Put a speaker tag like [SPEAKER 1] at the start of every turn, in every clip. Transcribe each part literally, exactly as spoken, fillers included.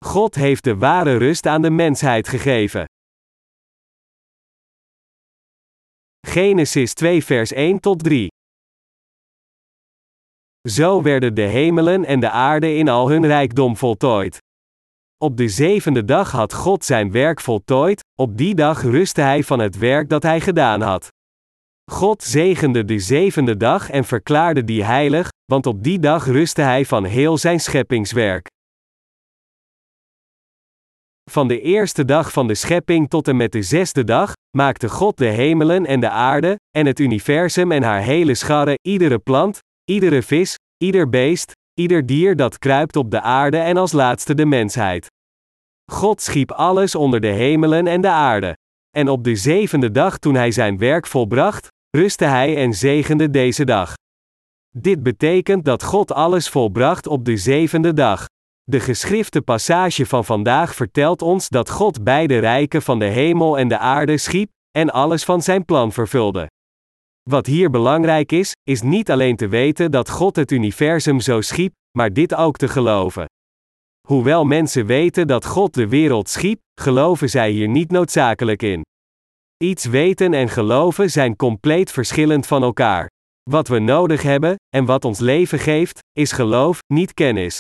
[SPEAKER 1] God heeft de ware rust aan de mensheid gegeven. Genesis twee vers één tot drie. Zo werden de hemelen en de aarde in al hun rijkdom voltooid. Op de zevende dag had God zijn werk voltooid, op die dag rustte hij van het werk dat hij gedaan had. God zegende de zevende dag en verklaarde die heilig, want op die dag rustte hij van heel zijn scheppingswerk. Van de eerste dag van de schepping tot en met de zesde dag, maakte God de hemelen en de aarde, en het universum en haar hele scharre, iedere plant, iedere vis, ieder beest, ieder dier dat kruipt op de aarde en als laatste de mensheid. God schiep alles onder de hemelen en de aarde. En op de zevende dag toen hij zijn werk volbracht, rustte hij en zegende deze dag. Dit betekent dat God alles volbracht op de zevende dag. De geschrifte passage van vandaag vertelt ons dat God beide rijken van de hemel en de aarde schiep, en alles van zijn plan vervulde. Wat hier belangrijk is, is niet alleen te weten dat God het universum zo schiep, maar dit ook te geloven. Hoewel mensen weten dat God de wereld schiep, geloven zij hier niet noodzakelijk in. Iets weten en geloven zijn compleet verschillend van elkaar. Wat we nodig hebben, en wat ons leven geeft, is geloof, niet kennis.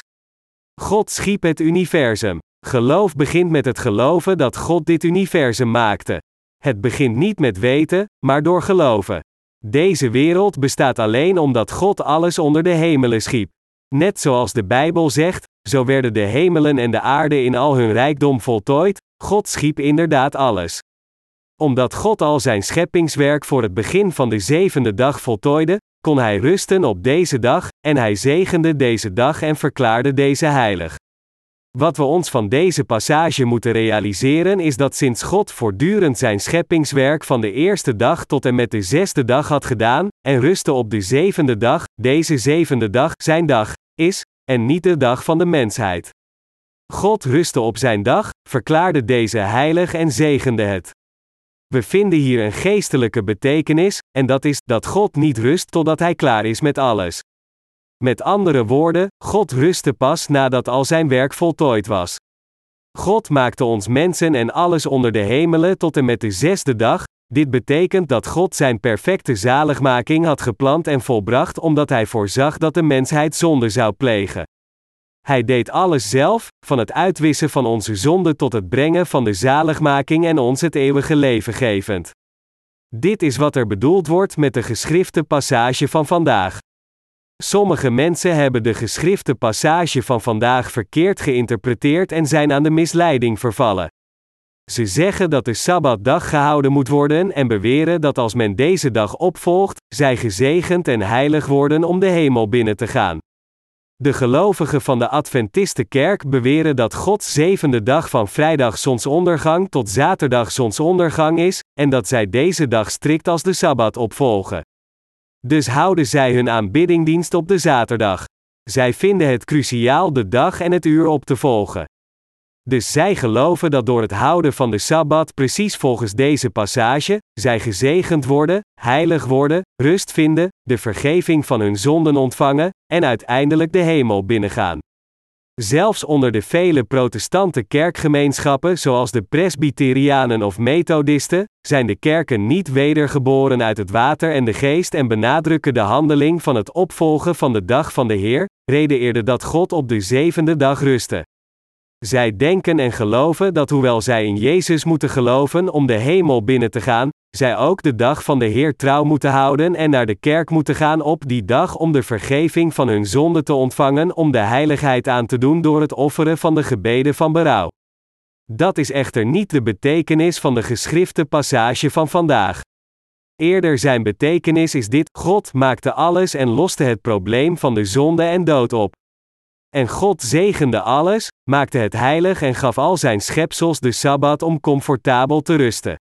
[SPEAKER 1] God schiep het universum. Geloof begint met het geloven dat God dit universum maakte. Het begint niet met weten, maar door geloven. Deze wereld bestaat alleen omdat God alles onder de hemelen schiep. Net zoals de Bijbel zegt, zo werden de hemelen en de aarde in al hun rijkdom voltooid, God schiep inderdaad alles. Omdat God al zijn scheppingswerk voor het begin van de zevende dag voltooide, kon hij rusten op deze dag, en hij zegende deze dag en verklaarde deze heilig. Wat we ons van deze passage moeten realiseren is dat sinds God voortdurend zijn scheppingswerk van de eerste dag tot en met de zesde dag had gedaan, en rustte op de zevende dag, deze zevende dag zijn dag is, en niet de dag van de mensheid. God rustte op zijn dag, verklaarde deze heilig en zegende het. We vinden hier een geestelijke betekenis, en dat is, dat God niet rust totdat hij klaar is met alles. Met andere woorden, God rustte pas nadat al zijn werk voltooid was. God maakte ons mensen en alles onder de hemelen tot en met de zesde dag, dit betekent dat God zijn perfecte zaligmaking had gepland en volbracht omdat hij voorzag dat de mensheid zonde zou plegen. Hij deed alles zelf, van het uitwissen van onze zonde tot het brengen van de zaligmaking en ons het eeuwige leven gevend. Dit is wat er bedoeld wordt met de geschrifte passage van vandaag. Sommige mensen hebben de geschrifte passage van vandaag verkeerd geïnterpreteerd en zijn aan de misleiding vervallen. Ze zeggen dat de Sabbatdag gehouden moet worden en beweren dat als men deze dag opvolgt, zij gezegend en heilig worden om de hemel binnen te gaan. De gelovigen van de Adventistenkerk beweren dat Gods zevende dag van vrijdag zonsondergang tot zaterdag zonsondergang is, en dat zij deze dag strikt als de Sabbat opvolgen. Dus houden zij hun aanbiddingdienst op de zaterdag. Zij vinden het cruciaal de dag en het uur op te volgen. Dus zij geloven dat door het houden van de Sabbat precies volgens deze passage, zij gezegend worden, heilig worden, rust vinden, de vergeving van hun zonden ontvangen, en uiteindelijk de hemel binnengaan. Zelfs onder de vele protestante kerkgemeenschappen zoals de Presbyterianen of Methodisten, zijn de kerken niet wedergeboren uit het water en de geest en benadrukken de handeling van het opvolgen van de dag van de Heer, reden eerder dat God op de zevende dag rustte. Zij denken en geloven dat hoewel zij in Jezus moeten geloven om de hemel binnen te gaan, zij ook de dag van de Heer trouw moeten houden en naar de kerk moeten gaan op die dag om de vergeving van hun zonde te ontvangen om de heiligheid aan te doen door het offeren van de gebeden van berouw. Dat is echter niet de betekenis van de geschrifte passage van vandaag. Eerder zijn betekenis is dit: God maakte alles en loste het probleem van de zonde en dood op. En God zegende alles, maakte het heilig en gaf al zijn schepsels de Sabbat om comfortabel te rusten.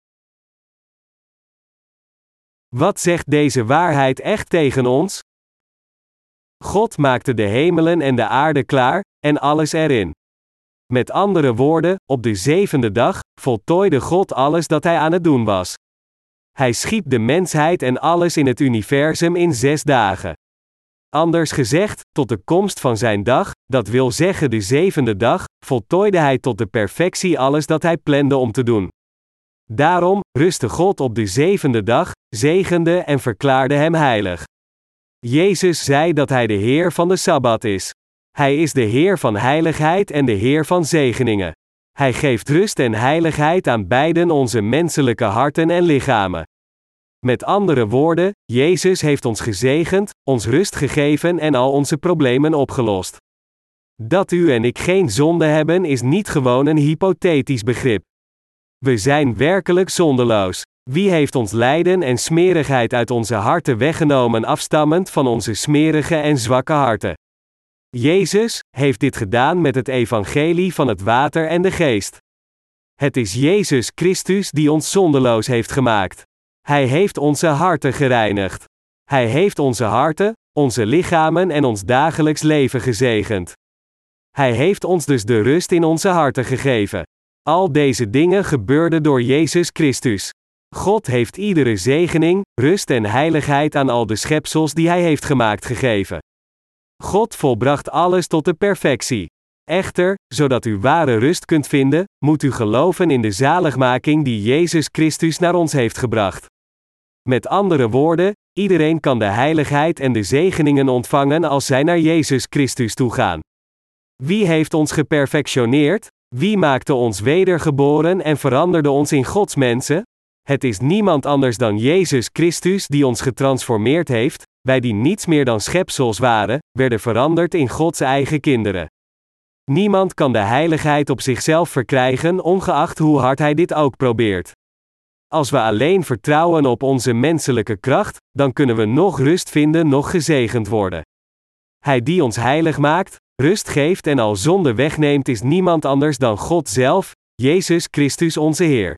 [SPEAKER 1] Wat zegt deze waarheid echt tegen ons? God maakte de hemelen en de aarde klaar, en alles erin. Met andere woorden, op de zevende dag, voltooide God alles dat hij aan het doen was. Hij schiep de mensheid en alles in het universum in zes dagen. Anders gezegd, tot de komst van zijn dag, dat wil zeggen de zevende dag, voltooide hij tot de perfectie alles dat hij plande om te doen. Daarom rustte God op de zevende dag, zegende en verklaarde hem heilig. Jezus zei dat hij de Heer van de Sabbat is. Hij is de Heer van heiligheid en de Heer van zegeningen. Hij geeft rust en heiligheid aan beiden onze menselijke harten en lichamen. Met andere woorden, Jezus heeft ons gezegend, ons rust gegeven en al onze problemen opgelost. Dat u en ik geen zonde hebben is niet gewoon een hypothetisch begrip. We zijn werkelijk zondeloos. Wie heeft ons lijden en smerigheid uit onze harten weggenomen afstammend van onze smerige en zwakke harten? Jezus heeft dit gedaan met het evangelie van het water en de geest. Het is Jezus Christus die ons zondeloos heeft gemaakt. Hij heeft onze harten gereinigd. Hij heeft onze harten, onze lichamen en ons dagelijks leven gezegend. Hij heeft ons dus de rust in onze harten gegeven. Al deze dingen gebeurden door Jezus Christus. God heeft iedere zegening, rust en heiligheid aan al de schepsels die Hij heeft gemaakt gegeven. God volbracht alles tot de perfectie. Echter, zodat u ware rust kunt vinden, moet u geloven in de zaligmaking die Jezus Christus naar ons heeft gebracht. Met andere woorden, iedereen kan de heiligheid en de zegeningen ontvangen als zij naar Jezus Christus toe gaan. Wie heeft ons geperfectioneerd? Wie maakte ons wedergeboren en veranderde ons in Gods mensen? Het is niemand anders dan Jezus Christus die ons getransformeerd heeft. Wij die niets meer dan schepsels waren, werden veranderd in Gods eigen kinderen. Niemand kan de heiligheid op zichzelf verkrijgen, ongeacht hoe hard hij dit ook probeert. Als we alleen vertrouwen op onze menselijke kracht, dan kunnen we nog rust vinden, nog gezegend worden. Hij die ons heilig maakt, rust geeft en al zonde wegneemt is niemand anders dan God zelf, Jezus Christus onze Heer.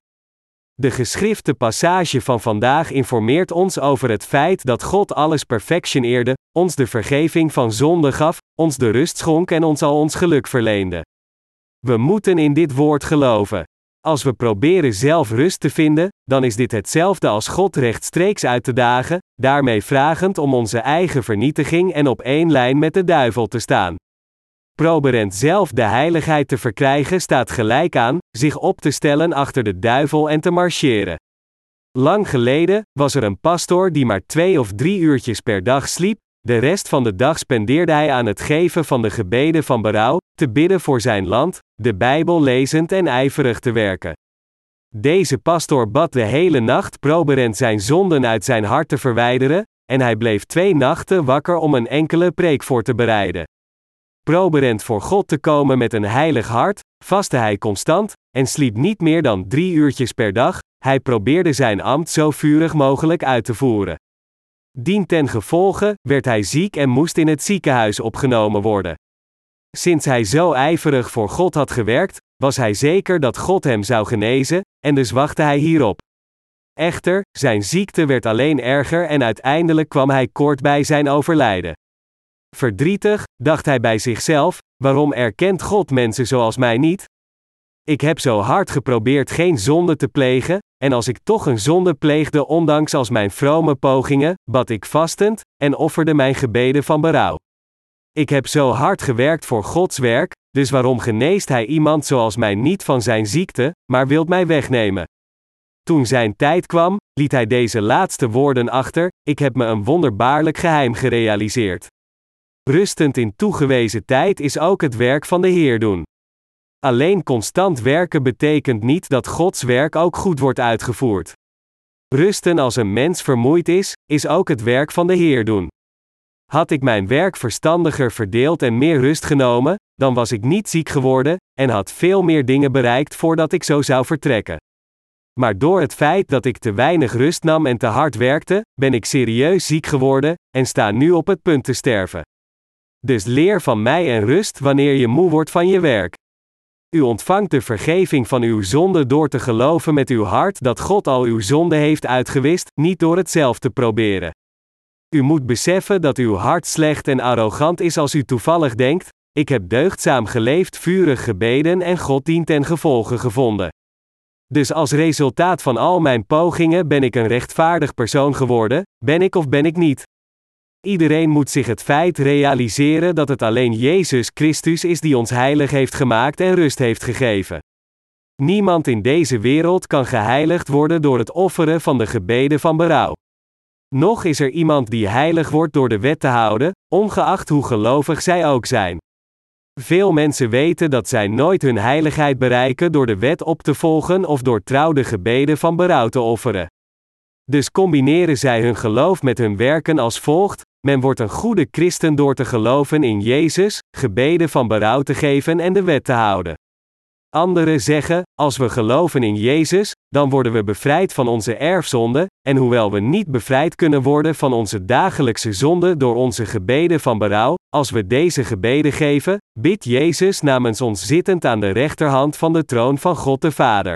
[SPEAKER 1] De geschrifte passage van vandaag informeert ons over het feit dat God alles perfectioneerde, ons de vergeving van zonde gaf, ons de rust schonk en ons al ons geluk verleende. We moeten in dit woord geloven. Als we proberen zelf rust te vinden, dan is dit hetzelfde als God rechtstreeks uit te dagen, daarmee vragend om onze eigen vernietiging en op één lijn met de duivel te staan. Proberend zelf de heiligheid te verkrijgen staat gelijk aan, zich op te stellen achter de duivel en te marcheren. Lang geleden was er een pastoor die maar twee of drie uurtjes per dag sliep, de rest van de dag spendeerde hij aan het geven van de gebeden van berouw, te bidden voor zijn land, de Bijbel lezend en ijverig te werken. Deze pastoor bad de hele nacht proberend zijn zonden uit zijn hart te verwijderen, en hij bleef twee nachten wakker om een enkele preek voor te bereiden. Proberend voor God te komen met een heilig hart, vastte hij constant, en sliep niet meer dan drie uurtjes per dag, hij probeerde zijn ambt zo vurig mogelijk uit te voeren. Dientengevolge werd hij ziek en moest in het ziekenhuis opgenomen worden. Sinds hij zo ijverig voor God had gewerkt, was hij zeker dat God hem zou genezen, en dus wachtte hij hierop. Echter, zijn ziekte werd alleen erger en uiteindelijk kwam hij kort bij zijn overlijden. Verdrietig, dacht hij bij zichzelf, waarom erkent God mensen zoals mij niet? Ik heb zo hard geprobeerd geen zonde te plegen, en als ik toch een zonde pleegde ondanks als mijn vrome pogingen, bad ik vastend, en offerde mijn gebeden van berouw. Ik heb zo hard gewerkt voor Gods werk, dus waarom geneest Hij iemand zoals mij niet van zijn ziekte, maar wilt mij wegnemen? Toen zijn tijd kwam, liet hij deze laatste woorden achter, ik heb me een wonderbaarlijk geheim gerealiseerd. Rustend in toegewezen tijd is ook het werk van de Heer doen. Alleen constant werken betekent niet dat Gods werk ook goed wordt uitgevoerd. Rusten als een mens vermoeid is, is ook het werk van de Heer doen. Had ik mijn werk verstandiger verdeeld en meer rust genomen, dan was ik niet ziek geworden, en had veel meer dingen bereikt voordat ik zo zou vertrekken. Maar door het feit dat ik te weinig rust nam en te hard werkte, ben ik serieus ziek geworden, en sta nu op het punt te sterven. Dus leer van mij en rust wanneer je moe wordt van je werk. U ontvangt de vergeving van uw zonde door te geloven met uw hart dat God al uw zonde heeft uitgewist, niet door het zelf te proberen. U moet beseffen dat uw hart slecht en arrogant is als u toevallig denkt, ik heb deugdzaam geleefd, vurig gebeden en God dient ten gevolge gevonden. Dus als resultaat van al mijn pogingen ben ik een rechtvaardig persoon geworden, ben ik of ben ik niet? Iedereen moet zich het feit realiseren dat het alleen Jezus Christus is die ons heilig heeft gemaakt en rust heeft gegeven. Niemand in deze wereld kan geheiligd worden door het offeren van de gebeden van berouw. Nog is er iemand die heilig wordt door de wet te houden, ongeacht hoe gelovig zij ook zijn. Veel mensen weten dat zij nooit hun heiligheid bereiken door de wet op te volgen of door trouw de gebeden van berouw te offeren. Dus combineren zij hun geloof met hun werken als volgt: men wordt een goede christen door te geloven in Jezus, gebeden van berouw te geven en de wet te houden. Anderen zeggen, als we geloven in Jezus, dan worden we bevrijd van onze erfzonde, en hoewel we niet bevrijd kunnen worden van onze dagelijkse zonde door onze gebeden van berouw, als we deze gebeden geven, bidt Jezus namens ons zittend aan de rechterhand van de troon van God de Vader.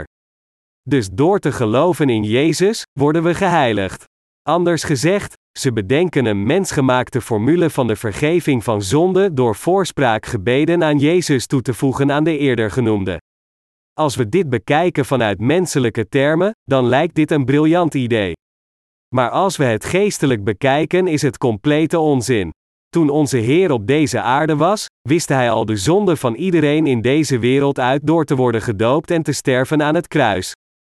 [SPEAKER 1] Dus door te geloven in Jezus, worden we geheiligd. Anders gezegd, ze bedenken een mensgemaakte formule van de vergeving van zonde door voorspraakgebeden aan Jezus toe te voegen aan de eerder genoemde. Als we dit bekijken vanuit menselijke termen, dan lijkt dit een briljant idee. Maar als we het geestelijk bekijken, is het complete onzin. Toen onze Heer op deze aarde was, wist Hij al de zonde van iedereen in deze wereld uit door te worden gedoopt en te sterven aan het kruis.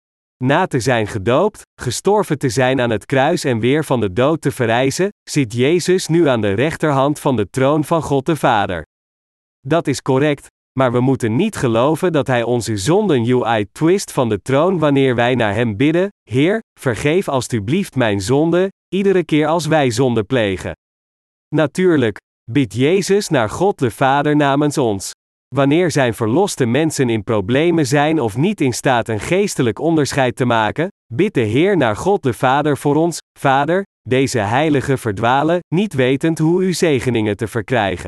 [SPEAKER 1] Na te zijn gedoopt, gestorven te zijn aan het kruis en weer van de dood te verrijzen, zit Jezus nu aan de rechterhand van de troon van God de Vader. Dat is correct, maar we moeten niet geloven dat Hij onze zonden U I twist van de troon wanneer wij naar Hem bidden: Heer, vergeef alstublieft mijn zonde, iedere keer als wij zonde plegen. Natuurlijk, bidt Jezus naar God de Vader namens ons. Wanneer zijn verloste mensen in problemen zijn of niet in staat een geestelijk onderscheid te maken, bidt de Heer naar God de Vader voor ons: Vader, deze heiligen verdwalen, niet wetend hoe uw zegeningen te verkrijgen.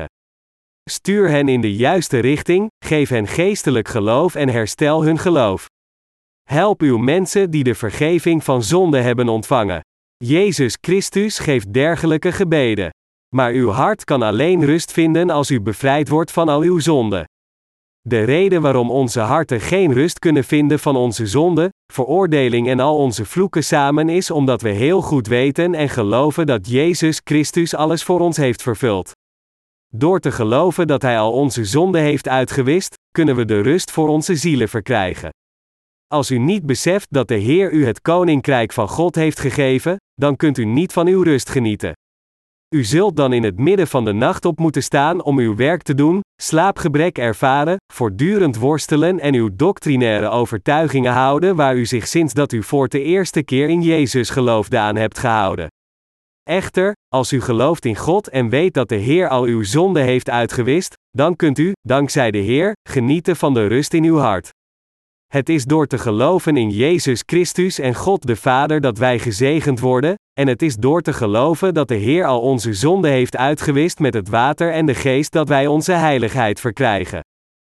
[SPEAKER 1] Stuur hen in de juiste richting, geef hen geestelijk geloof en herstel hun geloof. Help uw mensen die de vergeving van zonde hebben ontvangen. Jezus Christus geeft dergelijke gebeden. Maar uw hart kan alleen rust vinden als u bevrijd wordt van al uw zonden. De reden waarom onze harten geen rust kunnen vinden van onze zonde, veroordeling en al onze vloeken samen is omdat we heel goed weten en geloven dat Jezus Christus alles voor ons heeft vervuld. Door te geloven dat Hij al onze zonde heeft uitgewist, kunnen we de rust voor onze zielen verkrijgen. Als u niet beseft dat de Heer u het koninkrijk van God heeft gegeven, dan kunt u niet van uw rust genieten. U zult dan in het midden van de nacht op moeten staan om uw werk te doen, slaapgebrek ervaren, voortdurend worstelen en uw doctrinaire overtuigingen houden waar u zich sinds dat u voor de eerste keer in Jezus geloofde aan hebt gehouden. Echter, als u gelooft in God en weet dat de Heer al uw zonde heeft uitgewist, dan kunt u, dankzij de Heer, genieten van de rust in uw hart. Het is door te geloven in Jezus Christus en God de Vader dat wij gezegend worden, en het is door te geloven dat de Heer al onze zonde heeft uitgewist met het water en de geest dat wij onze heiligheid verkrijgen.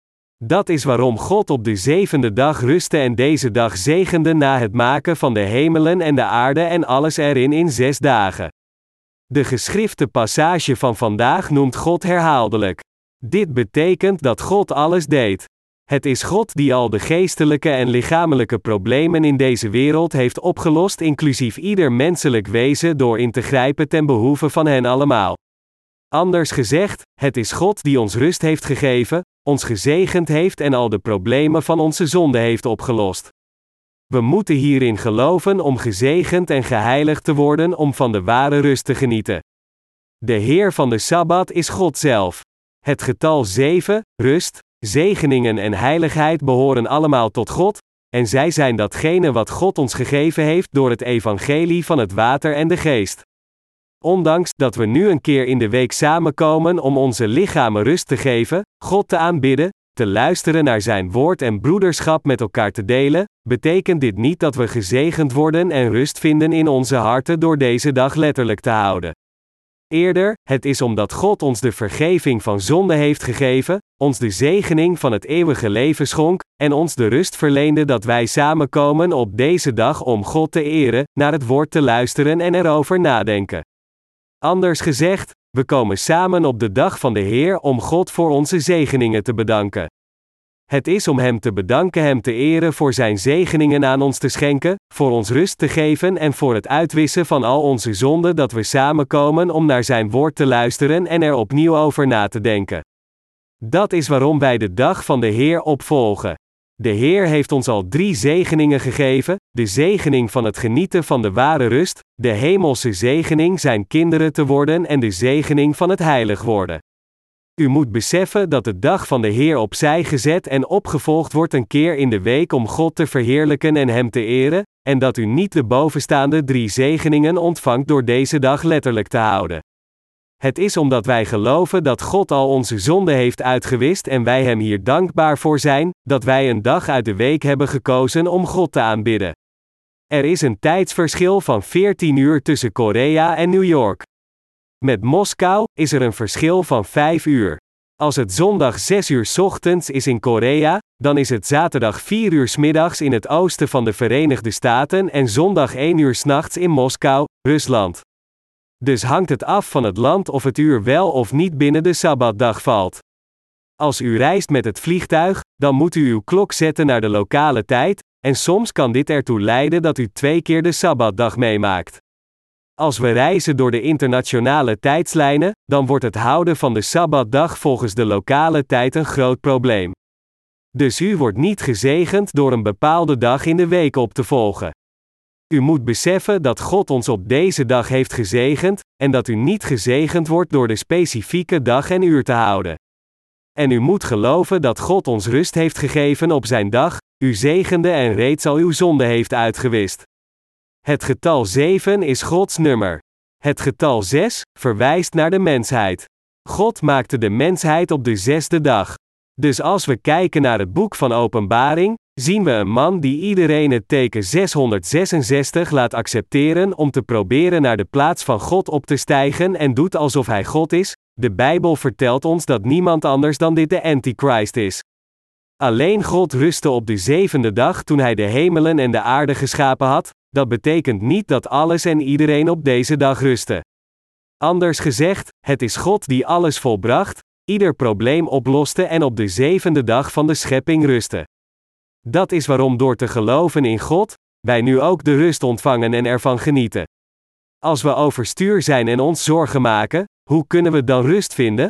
[SPEAKER 1] Dat is waarom God op de zevende dag rustte en deze dag zegende na het maken van de hemelen en de aarde en alles erin in zes dagen. De geschrifte passage van vandaag noemt God herhaaldelijk. Dit betekent dat God alles deed. Het is God die al de geestelijke en lichamelijke problemen in deze wereld heeft opgelost, inclusief ieder menselijk wezen, door in te grijpen ten behoeve van hen allemaal. Anders gezegd, het is God die ons rust heeft gegeven, ons gezegend heeft en al de problemen van onze zonde heeft opgelost. We moeten hierin geloven om gezegend en geheiligd te worden om van de ware rust te genieten. De Heer van de Sabbat is God zelf. Het getal zeven, rust, zegeningen en heiligheid behoren allemaal tot God, en zij zijn datgene wat God ons gegeven heeft door het evangelie van het water en de geest. Ondanks dat we nu een keer in de week samenkomen om onze lichamen rust te geven, God te aanbidden, te luisteren naar zijn woord en broederschap met elkaar te delen, betekent dit niet dat we gezegend worden en rust vinden in onze harten door deze dag letterlijk te houden. Eerder, het is omdat God ons de vergeving van zonde heeft gegeven, ons de zegening van het eeuwige leven schonk, en ons de rust verleende dat wij samenkomen op deze dag om God te eren, naar het woord te luisteren en erover nadenken. Anders gezegd, we komen samen op de dag van de Heer om God voor onze zegeningen te bedanken. Het is om Hem te bedanken, Hem te eren voor Zijn zegeningen aan ons te schenken, voor ons rust te geven en voor het uitwissen van al onze zonden dat we samenkomen om naar Zijn woord te luisteren en er opnieuw over na te denken. Dat is waarom wij de dag van de Heer opvolgen. De Heer heeft ons al drie zegeningen gegeven: de zegening van het genieten van de ware rust, de hemelse zegening Zijn kinderen te worden en de zegening van het heilig worden. U moet beseffen dat de dag van de Heer opzij gezet en opgevolgd wordt een keer in de week om God te verheerlijken en Hem te eren, en dat u niet de bovenstaande drie zegeningen ontvangt door deze dag letterlijk te houden. Het is omdat wij geloven dat God al onze zonden heeft uitgewist en wij Hem hier dankbaar voor zijn, dat wij een dag uit de week hebben gekozen om God te aanbidden. Er is een tijdsverschil van veertien uur tussen Korea en New York. Met Moskou is er een verschil van vijf uur. Als het zondag zes uur 's ochtends is in Korea, dan is het zaterdag vier uur 's middags in het oosten van de Verenigde Staten en zondag één uur 's nachts in Moskou, Rusland. Dus hangt het af van het land of het uur wel of niet binnen de Sabbatdag valt. Als u reist met het vliegtuig, dan moet u uw klok zetten naar de lokale tijd, en soms kan dit ertoe leiden dat u twee keer de Sabbatdag meemaakt. Als we reizen door de internationale tijdslijnen, dan wordt het houden van de Sabbatdag volgens de lokale tijd een groot probleem. Dus u wordt niet gezegend door een bepaalde dag in de week op te volgen. U moet beseffen dat God ons op deze dag heeft gezegend, en dat u niet gezegend wordt door de specifieke dag en uur te houden. En u moet geloven dat God ons rust heeft gegeven op zijn dag, u zegende en reeds al uw zonde heeft uitgewist. Het getal zeven is Gods nummer. Het getal zes verwijst naar de mensheid. God maakte de mensheid op de zesde dag. Dus als we kijken naar het boek van Openbaring, zien we een man die iedereen het teken zeshonderdzesenzestig laat accepteren om te proberen naar de plaats van God op te stijgen en doet alsof hij God is. De Bijbel vertelt ons dat niemand anders dan dit de Antichrist is. Alleen God rustte op de zevende dag toen hij de hemelen en de aarde geschapen had. Dat betekent niet dat alles en iedereen op deze dag rustte. Anders gezegd, het is God die alles volbracht, ieder probleem oploste en op de zevende dag van de schepping rustte. Dat is waarom door te geloven in God, wij nu ook de rust ontvangen en ervan genieten. Als we overstuur zijn en ons zorgen maken, hoe kunnen we dan rust vinden?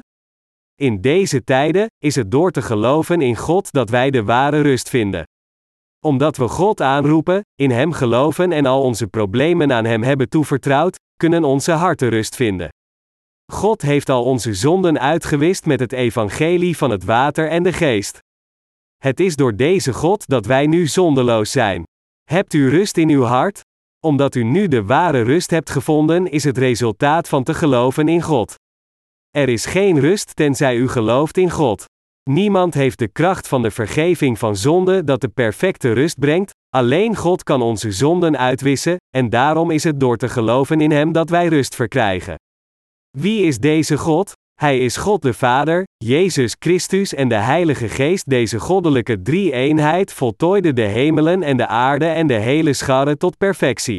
[SPEAKER 1] In deze tijden is het door te geloven in God dat wij de ware rust vinden. Omdat we God aanroepen, in Hem geloven en al onze problemen aan Hem hebben toevertrouwd, kunnen onze harten rust vinden. God heeft al onze zonden uitgewist met het evangelie van het water en de geest. Het is door deze God dat wij nu zondeloos zijn. Hebt u rust in uw hart? Omdat u nu de ware rust hebt gevonden, is het resultaat van te geloven in God. Er is geen rust tenzij u gelooft in God. Niemand heeft de kracht van de vergeving van zonde dat de perfecte rust brengt, alleen God kan onze zonden uitwissen, en daarom is het door te geloven in Hem dat wij rust verkrijgen. Wie is deze God? Hij is God de Vader, Jezus Christus en de Heilige Geest. Deze goddelijke drie-eenheid voltooide de hemelen en de aarde en de hele scharre tot perfectie.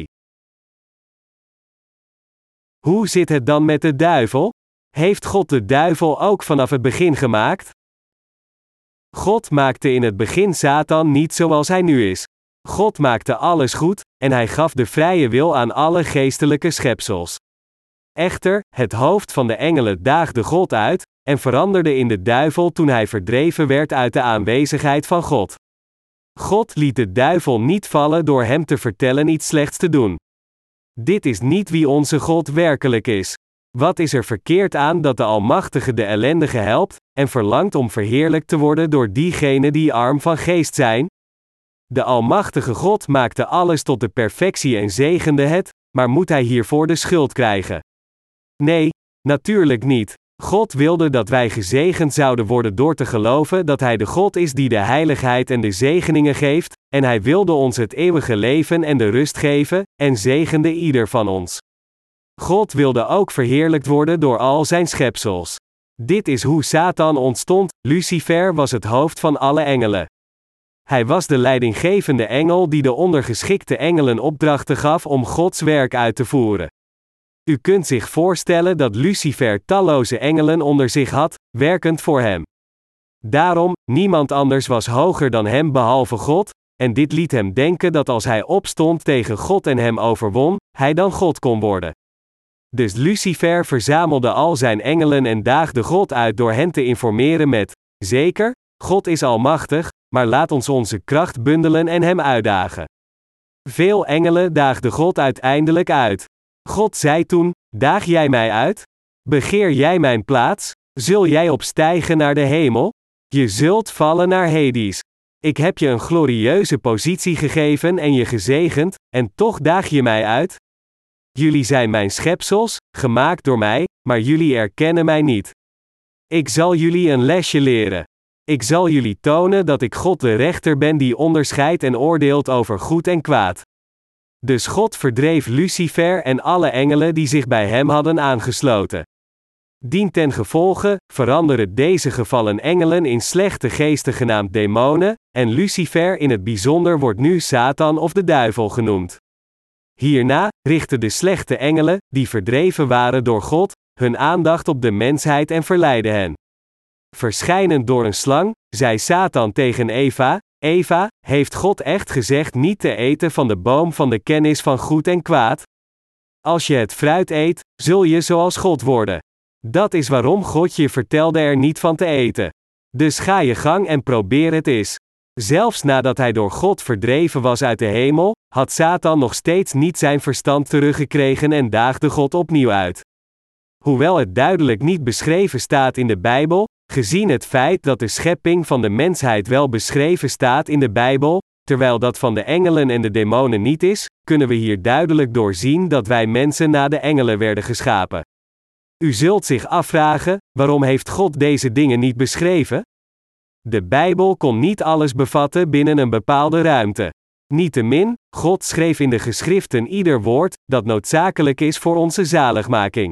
[SPEAKER 1] Hoe zit het dan met de duivel? Heeft God de duivel ook vanaf het begin gemaakt? God maakte in het begin Satan niet zoals hij nu is. God maakte alles goed, en hij gaf de vrije wil aan alle geestelijke schepsels. Echter, het hoofd van de engelen daagde God uit, en veranderde in de duivel toen hij verdreven werd uit de aanwezigheid van God. God liet de duivel niet vallen door hem te vertellen iets slechts te doen. Dit is niet wie onze God werkelijk is. Wat is er verkeerd aan dat de Almachtige de ellendige helpt, en verlangt om verheerlijkt te worden door diegenen die arm van geest zijn? De Almachtige God maakte alles tot de perfectie en zegende het, maar moet hij hiervoor de schuld krijgen? Nee, natuurlijk niet. God wilde dat wij gezegend zouden worden door te geloven dat Hij de God is die de heiligheid en de zegeningen geeft, en Hij wilde ons het eeuwige leven en de rust geven, en zegende ieder van ons. God wilde ook verheerlijkt worden door al zijn schepsels. Dit is hoe Satan ontstond. Lucifer was het hoofd van alle engelen. Hij was de leidinggevende engel die de ondergeschikte engelen opdrachten gaf om Gods werk uit te voeren. U kunt zich voorstellen dat Lucifer talloze engelen onder zich had, werkend voor hem. Daarom, niemand anders was hoger dan hem behalve God, en dit liet hem denken dat als hij opstond tegen God en hem overwon, hij dan God kon worden. Dus Lucifer verzamelde al zijn engelen en daagde God uit door hen te informeren met: zeker, God is almachtig, maar laat ons onze kracht bundelen en hem uitdagen. Veel engelen daagden God uiteindelijk uit. God zei toen: daag jij mij uit? Begeer jij mijn plaats? Zul jij opstijgen naar de hemel? Je zult vallen naar Hades. Ik heb je een glorieuze positie gegeven en je gezegend, en toch daag je mij uit? Jullie zijn mijn schepsels, gemaakt door mij, maar jullie erkennen mij niet. Ik zal jullie een lesje leren. Ik zal jullie tonen dat ik God de rechter ben die onderscheidt en oordeelt over goed en kwaad. Dus God verdreef Lucifer en alle engelen die zich bij hem hadden aangesloten. Dientengevolge veranderen deze gevallen engelen in slechte geesten genaamd demonen, en Lucifer in het bijzonder wordt nu Satan of de duivel genoemd. Hierna richten de slechte engelen, die verdreven waren door God, hun aandacht op de mensheid en verleidden hen. Verschijnend door een slang, zei Satan tegen Eva: Eva, heeft God echt gezegd niet te eten van de boom van de kennis van goed en kwaad? Als je het fruit eet, zul je zoals God worden. Dat is waarom God je vertelde er niet van te eten. Dus ga je gang en probeer het eens. Zelfs nadat hij door God verdreven was uit de hemel, had Satan nog steeds niet zijn verstand teruggekregen en daagde God opnieuw uit. Hoewel het duidelijk niet beschreven staat in de Bijbel, gezien het feit dat de schepping van de mensheid wel beschreven staat in de Bijbel, terwijl dat van de engelen en de demonen niet is, kunnen we hier duidelijk doorzien dat wij mensen na de engelen werden geschapen. U zult zich afvragen, waarom heeft God deze dingen niet beschreven? De Bijbel kon niet alles bevatten binnen een bepaalde ruimte. Niettemin, God schreef in de geschriften ieder woord, dat noodzakelijk is voor onze zaligmaking.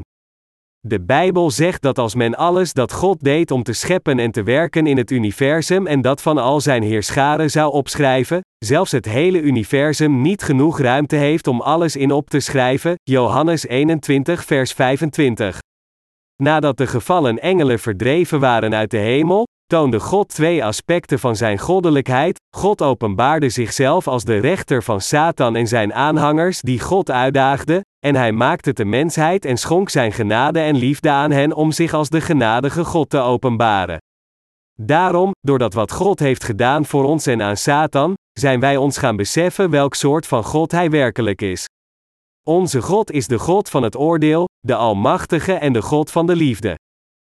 [SPEAKER 1] De Bijbel zegt dat als men alles dat God deed om te scheppen en te werken in het universum en dat van al zijn heerscharen zou opschrijven, zelfs het hele universum niet genoeg ruimte heeft om alles in op te schrijven, Johannes eenentwintig vers vijfentwintig. Nadat de gevallen engelen verdreven waren uit de hemel, toonde God twee aspecten van zijn goddelijkheid. God openbaarde zichzelf als de rechter van Satan en zijn aanhangers die God uitdaagden, en hij maakte de mensheid en schonk zijn genade en liefde aan hen om zich als de genadige God te openbaren. Daarom, doordat wat God heeft gedaan voor ons en aan Satan, zijn wij ons gaan beseffen welk soort van God hij werkelijk is. Onze God is de God van het oordeel, de Almachtige en de God van de liefde.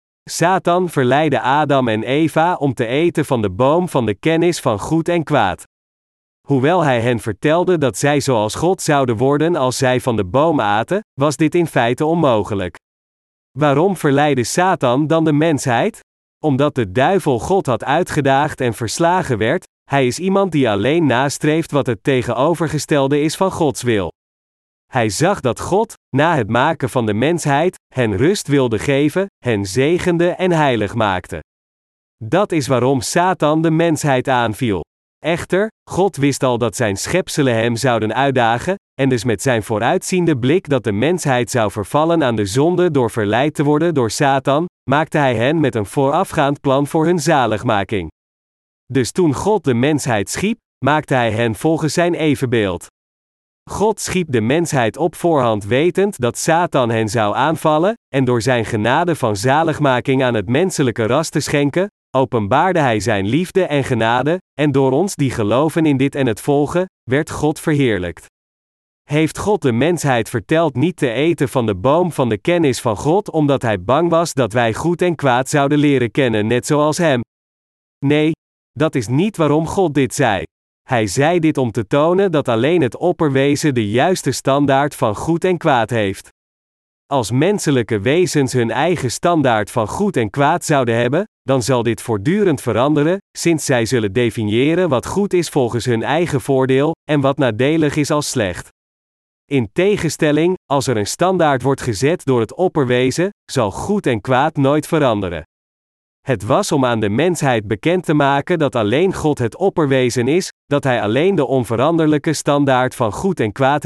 [SPEAKER 1] Satan verleidde Adam en Eva om te eten van de boom van de kennis van goed en kwaad. Hoewel hij hen vertelde dat zij zoals God zouden worden als zij van de boom aten, was dit in feite onmogelijk. Waarom verleidde Satan dan de mensheid? Omdat de duivel God had uitgedaagd en verslagen werd. Hij is iemand die alleen nastreeft wat het tegenovergestelde is van Gods wil. Hij zag dat God, na het maken van de mensheid, hen rust wilde geven, hen zegende en heilig maakte. Dat is waarom Satan de mensheid aanviel. Echter, God wist al dat zijn schepselen hem zouden uitdagen, en dus met zijn vooruitziende blik dat de mensheid zou vervallen aan de zonde door verleid te worden door Satan, maakte hij hen met een voorafgaand plan voor hun zaligmaking. Dus toen God de mensheid schiep, maakte hij hen volgens zijn evenbeeld. God schiep de mensheid op voorhand wetend dat Satan hen zou aanvallen, en door zijn genade van zaligmaking aan het menselijke ras te schenken, openbaarde hij zijn liefde en genade, en door ons die geloven in dit en het volgen, werd God verheerlijkt. Heeft God de mensheid verteld niet te eten van de boom van de kennis van God omdat hij bang was dat wij goed en kwaad zouden leren kennen net zoals hem? Nee, dat is niet waarom God dit zei. Hij zei dit om te tonen dat alleen het opperwezen de juiste standaard van goed en kwaad heeft. Als menselijke wezens hun eigen standaard van goed en kwaad zouden hebben, dan zal dit voortdurend veranderen, sinds zij zullen definiëren wat goed is volgens hun eigen voordeel, en wat nadelig is als slecht. In tegenstelling, als er een standaard wordt gezet door het opperwezen, zal goed en kwaad nooit veranderen. Het was om aan de mensheid bekend te maken dat alleen God het opperwezen is, dat hij alleen de onveranderlijke standaard van goed en kwaad heeft,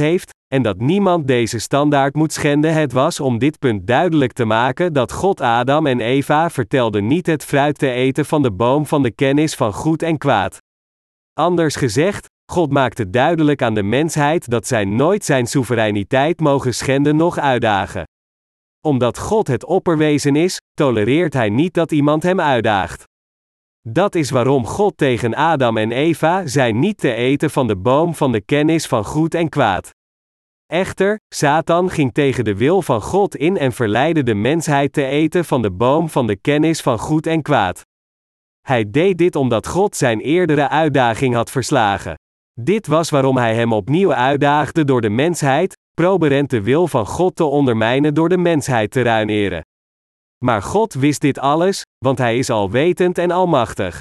[SPEAKER 1] en dat niemand deze standaard moet schenden. Het was om dit punt duidelijk te maken dat God Adam en Eva vertelde niet het fruit te eten van de boom van de kennis van goed en kwaad. Anders gezegd, God maakte duidelijk aan de mensheid dat zij nooit zijn soevereiniteit mogen schenden noch uitdagen. Omdat God het opperwezen is, tolereert hij niet dat iemand hem uitdaagt. Dat is waarom God tegen Adam en Eva zei niet te eten van de boom van de kennis van goed en kwaad. Echter, Satan ging tegen de wil van God in en verleidde de mensheid te eten van de boom van de kennis van goed en kwaad. Hij deed dit omdat God zijn eerdere uitdaging had verslagen. Dit was waarom hij hem opnieuw uitdaagde door de mensheid, proberend de wil van God te ondermijnen door de mensheid te ruïneren. Maar God wist dit alles, want hij is alwetend en almachtig.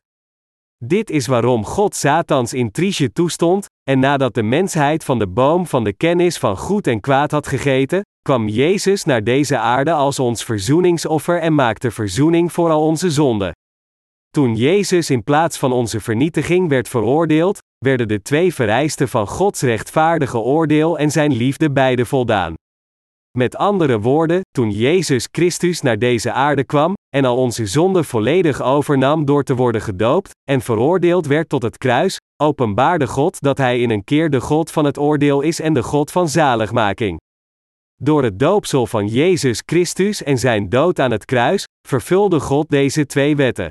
[SPEAKER 1] Dit is waarom God Satans intrige toestond, en nadat de mensheid van de boom van de kennis van goed en kwaad had gegeten, kwam Jezus naar deze aarde als ons verzoeningsoffer en maakte verzoening voor al onze zonden. Toen Jezus in plaats van onze vernietiging werd veroordeeld, werden de twee vereisten van Gods rechtvaardige oordeel en zijn liefde beide voldaan. Met andere woorden, toen Jezus Christus naar deze aarde kwam, en al onze zonden volledig overnam door te worden gedoopt, en veroordeeld werd tot het kruis, openbaarde God dat Hij in een keer de God van het oordeel is en de God van zaligmaking. Door het doopsel van Jezus Christus en zijn dood aan het kruis, vervulde God deze twee wetten.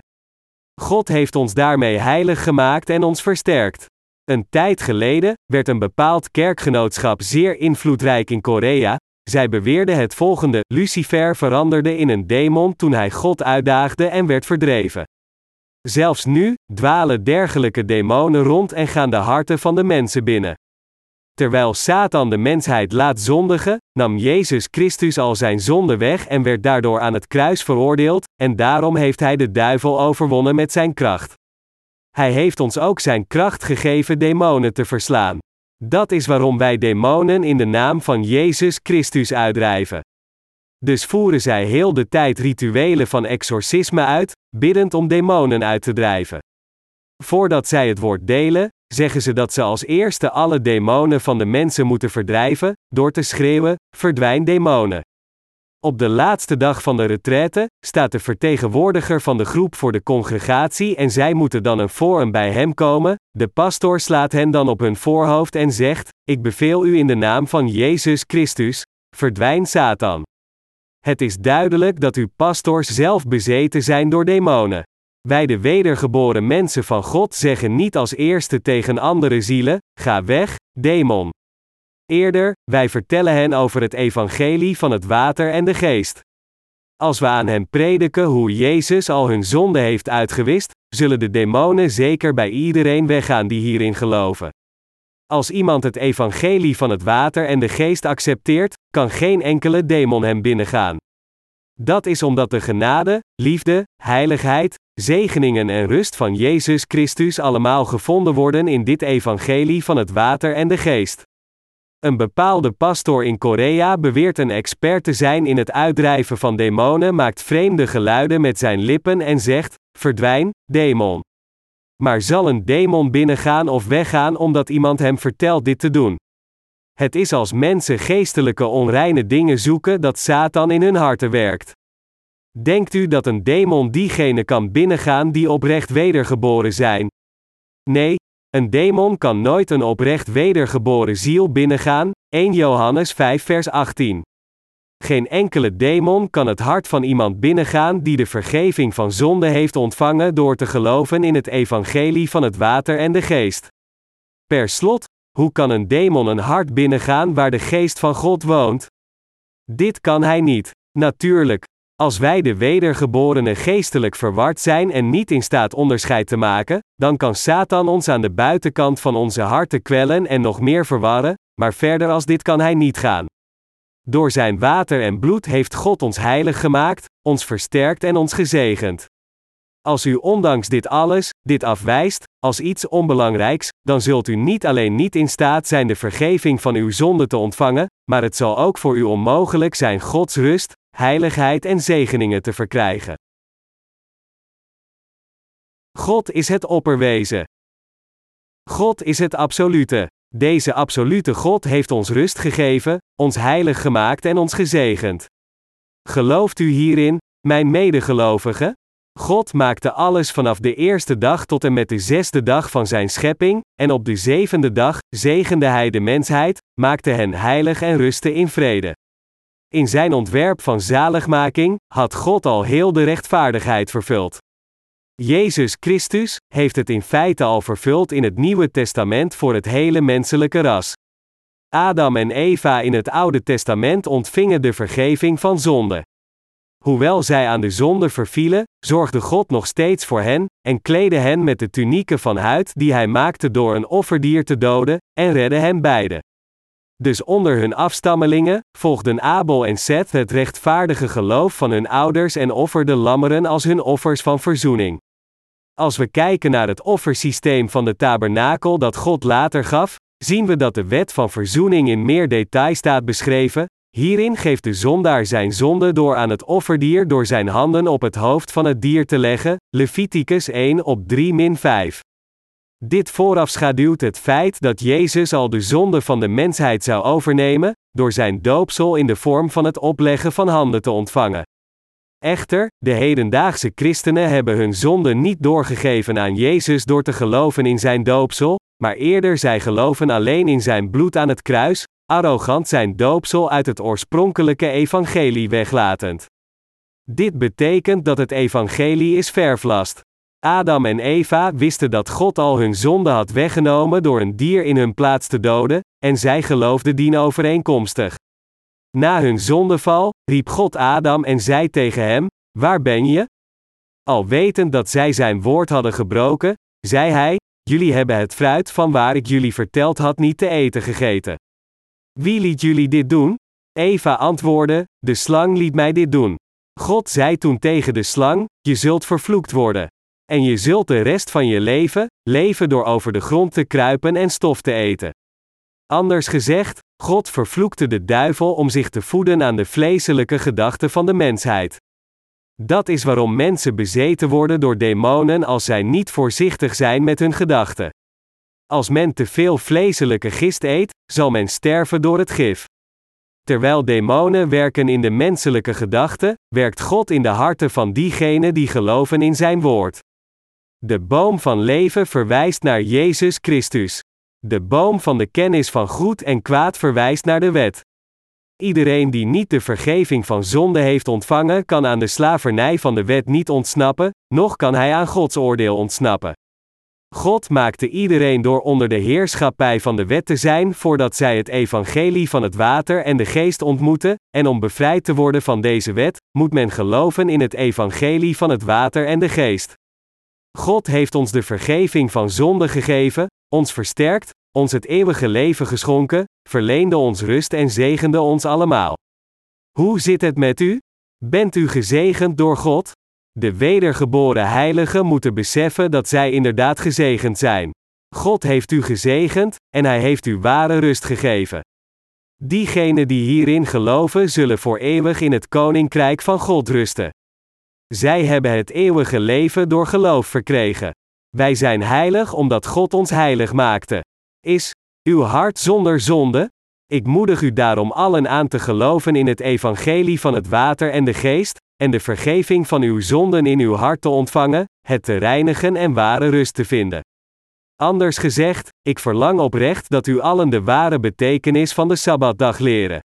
[SPEAKER 1] God heeft ons daarmee heilig gemaakt en ons versterkt. Een tijd geleden werd een bepaald kerkgenootschap zeer invloedrijk in Korea. Zij beweerden het volgende: Lucifer veranderde in een demon toen hij God uitdaagde en werd verdreven. Zelfs nu dwalen dergelijke demonen rond en gaan de harten van de mensen binnen. Terwijl Satan de mensheid laat zondigen, nam Jezus Christus al zijn zonde weg en werd daardoor aan het kruis veroordeeld, en daarom heeft hij de duivel overwonnen met zijn kracht. Hij heeft ons ook zijn kracht gegeven demonen te verslaan. Dat is waarom wij demonen in de naam van Jezus Christus uitdrijven. Dus voeren zij heel de tijd rituelen van exorcisme uit, biddend om demonen uit te drijven. Voordat zij het woord delen, zeggen ze dat ze als eerste alle demonen van de mensen moeten verdrijven, door te schreeuwen: verdwijn demonen. Op de laatste dag van de retraite, staat de vertegenwoordiger van de groep voor de congregatie en zij moeten dan een forum bij hem komen. De pastoor slaat hen dan op hun voorhoofd en zegt: ik beveel u in de naam van Jezus Christus, verdwijn Satan. Het is duidelijk dat uw pastors zelf bezeten zijn door demonen. Wij de wedergeboren mensen van God zeggen niet als eerste tegen andere zielen: ga weg, demon. Eerder, wij vertellen hen over het evangelie van het water en de geest. Als we aan hen prediken hoe Jezus al hun zonde heeft uitgewist, zullen de demonen zeker bij iedereen weggaan die hierin geloven. Als iemand het evangelie van het water en de geest accepteert, kan geen enkele demon hem binnengaan. Dat is omdat de genade, liefde, heiligheid, zegeningen en rust van Jezus Christus allemaal gevonden worden in dit evangelie van het water en de geest. Een bepaalde pastoor in Korea beweert een expert te zijn in het uitdrijven van demonen, maakt vreemde geluiden met zijn lippen en zegt: verdwijn, demon. Maar zal een demon binnengaan of weggaan omdat iemand hem vertelt dit te doen? Het is als mensen geestelijke onreine dingen zoeken dat Satan in hun harten werkt. Denkt u dat een demon diegene kan binnengaan die oprecht wedergeboren zijn? Nee, een demon kan nooit een oprecht wedergeboren ziel binnengaan, eerste Johannes vijf vers achttien. Geen enkele demon kan het hart van iemand binnengaan die de vergeving van zonde heeft ontvangen door te geloven in het evangelie van het water en de geest. Per slot, hoe kan een demon een hart binnengaan waar de geest van God woont? Dit kan hij niet. Natuurlijk, als wij de wedergeborenen geestelijk verward zijn en niet in staat onderscheid te maken, dan kan Satan ons aan de buitenkant van onze harten kwellen en nog meer verwarren, maar verder als dit kan hij niet gaan. Door zijn water en bloed heeft God ons heilig gemaakt, ons versterkt en ons gezegend. Als u ondanks dit alles, dit afwijst, als iets onbelangrijks, dan zult u niet alleen niet in staat zijn de vergeving van uw zonde te ontvangen, maar het zal ook voor u onmogelijk zijn Gods rust, heiligheid en zegeningen te verkrijgen. God is het opperwezen. God is het absolute. Deze absolute God heeft ons rust gegeven, ons heilig gemaakt en ons gezegend. Gelooft u hierin, mijn medegelovigen? God maakte alles vanaf de eerste dag tot en met de zesde dag van zijn schepping, en op de zevende dag zegende hij de mensheid, maakte hen heilig en rustte in vrede. In zijn ontwerp van zaligmaking had God al heel de rechtvaardigheid vervuld. Jezus Christus heeft het in feite al vervuld in het Nieuwe Testament voor het hele menselijke ras. Adam en Eva in het Oude Testament ontvingen de vergeving van zonde. Hoewel zij aan de zonde vervielen, zorgde God nog steeds voor hen, en kleedde hen met de tunieken van huid die hij maakte door een offerdier te doden, en redde hen beiden. Dus onder hun afstammelingen volgden Abel en Seth het rechtvaardige geloof van hun ouders en offerden lammeren als hun offers van verzoening. Als we kijken naar het offersysteem van de tabernakel dat God later gaf, zien we dat de wet van verzoening in meer detail staat beschreven. Hierin geeft de zondaar zijn zonde door aan het offerdier door zijn handen op het hoofd van het dier te leggen, Leviticus één op drie vijf. Dit voorafschaduwt het feit dat Jezus al de zonde van de mensheid zou overnemen, door zijn doopsel in de vorm van het opleggen van handen te ontvangen. Echter, de hedendaagse christenen hebben hun zonde niet doorgegeven aan Jezus door te geloven in zijn doopsel, maar eerder zij geloven alleen in zijn bloed aan het kruis, arrogant zijn doopsel uit het oorspronkelijke evangelie weglatend. Dit betekent dat het evangelie is vervlast. Adam en Eva wisten dat God al hun zonde had weggenomen door een dier in hun plaats te doden, en zij geloofden dienovereenkomstig. Na hun zondeval, riep God Adam en zei tegen hem, waar ben je? Al wetend dat zij zijn woord hadden gebroken, zei hij, jullie hebben het fruit van waar ik jullie verteld had niet te eten gegeten. Wie liet jullie dit doen? Eva antwoordde, de slang liet mij dit doen. God zei toen tegen de slang, je zult vervloekt worden. En je zult de rest van je leven, leven door over de grond te kruipen en stof te eten. Anders gezegd, God vervloekte de duivel om zich te voeden aan de vleeselijke gedachten van de mensheid. Dat is waarom mensen bezeten worden door demonen als zij niet voorzichtig zijn met hun gedachten. Als men te veel vleeselijke gist eet, zal men sterven door het gif. Terwijl demonen werken in de menselijke gedachten, werkt God in de harten van diegenen die geloven in zijn woord. De boom van leven verwijst naar Jezus Christus. De boom van de kennis van goed en kwaad verwijst naar de wet. Iedereen die niet de vergeving van zonde heeft ontvangen, kan aan de slavernij van de wet niet ontsnappen, noch kan hij aan Gods oordeel ontsnappen. God maakte iedereen door onder de heerschappij van de wet te zijn voordat zij het evangelie van het water en de geest ontmoeten, en om bevrijd te worden van deze wet, moet men geloven in het evangelie van het water en de geest. God heeft ons de vergeving van zonde gegeven, ons versterkt, ons het eeuwige leven geschonken, verleende ons rust en zegende ons allemaal. Hoe zit het met u? Bent u gezegend door God? De wedergeboren heiligen moeten beseffen dat zij inderdaad gezegend zijn. God heeft u gezegend, en hij heeft u ware rust gegeven. Diegenen die hierin geloven zullen voor eeuwig in het koninkrijk van God rusten. Zij hebben het eeuwige leven door geloof verkregen. Wij zijn heilig omdat God ons heilig maakte. Is uw hart zonder zonde? Ik moedig u daarom allen aan te geloven in het evangelie van het water en de geest, en de vergeving van uw zonden in uw hart te ontvangen, het te reinigen en ware rust te vinden. Anders gezegd, ik verlang oprecht dat u allen de ware betekenis van de Sabbatdag leren.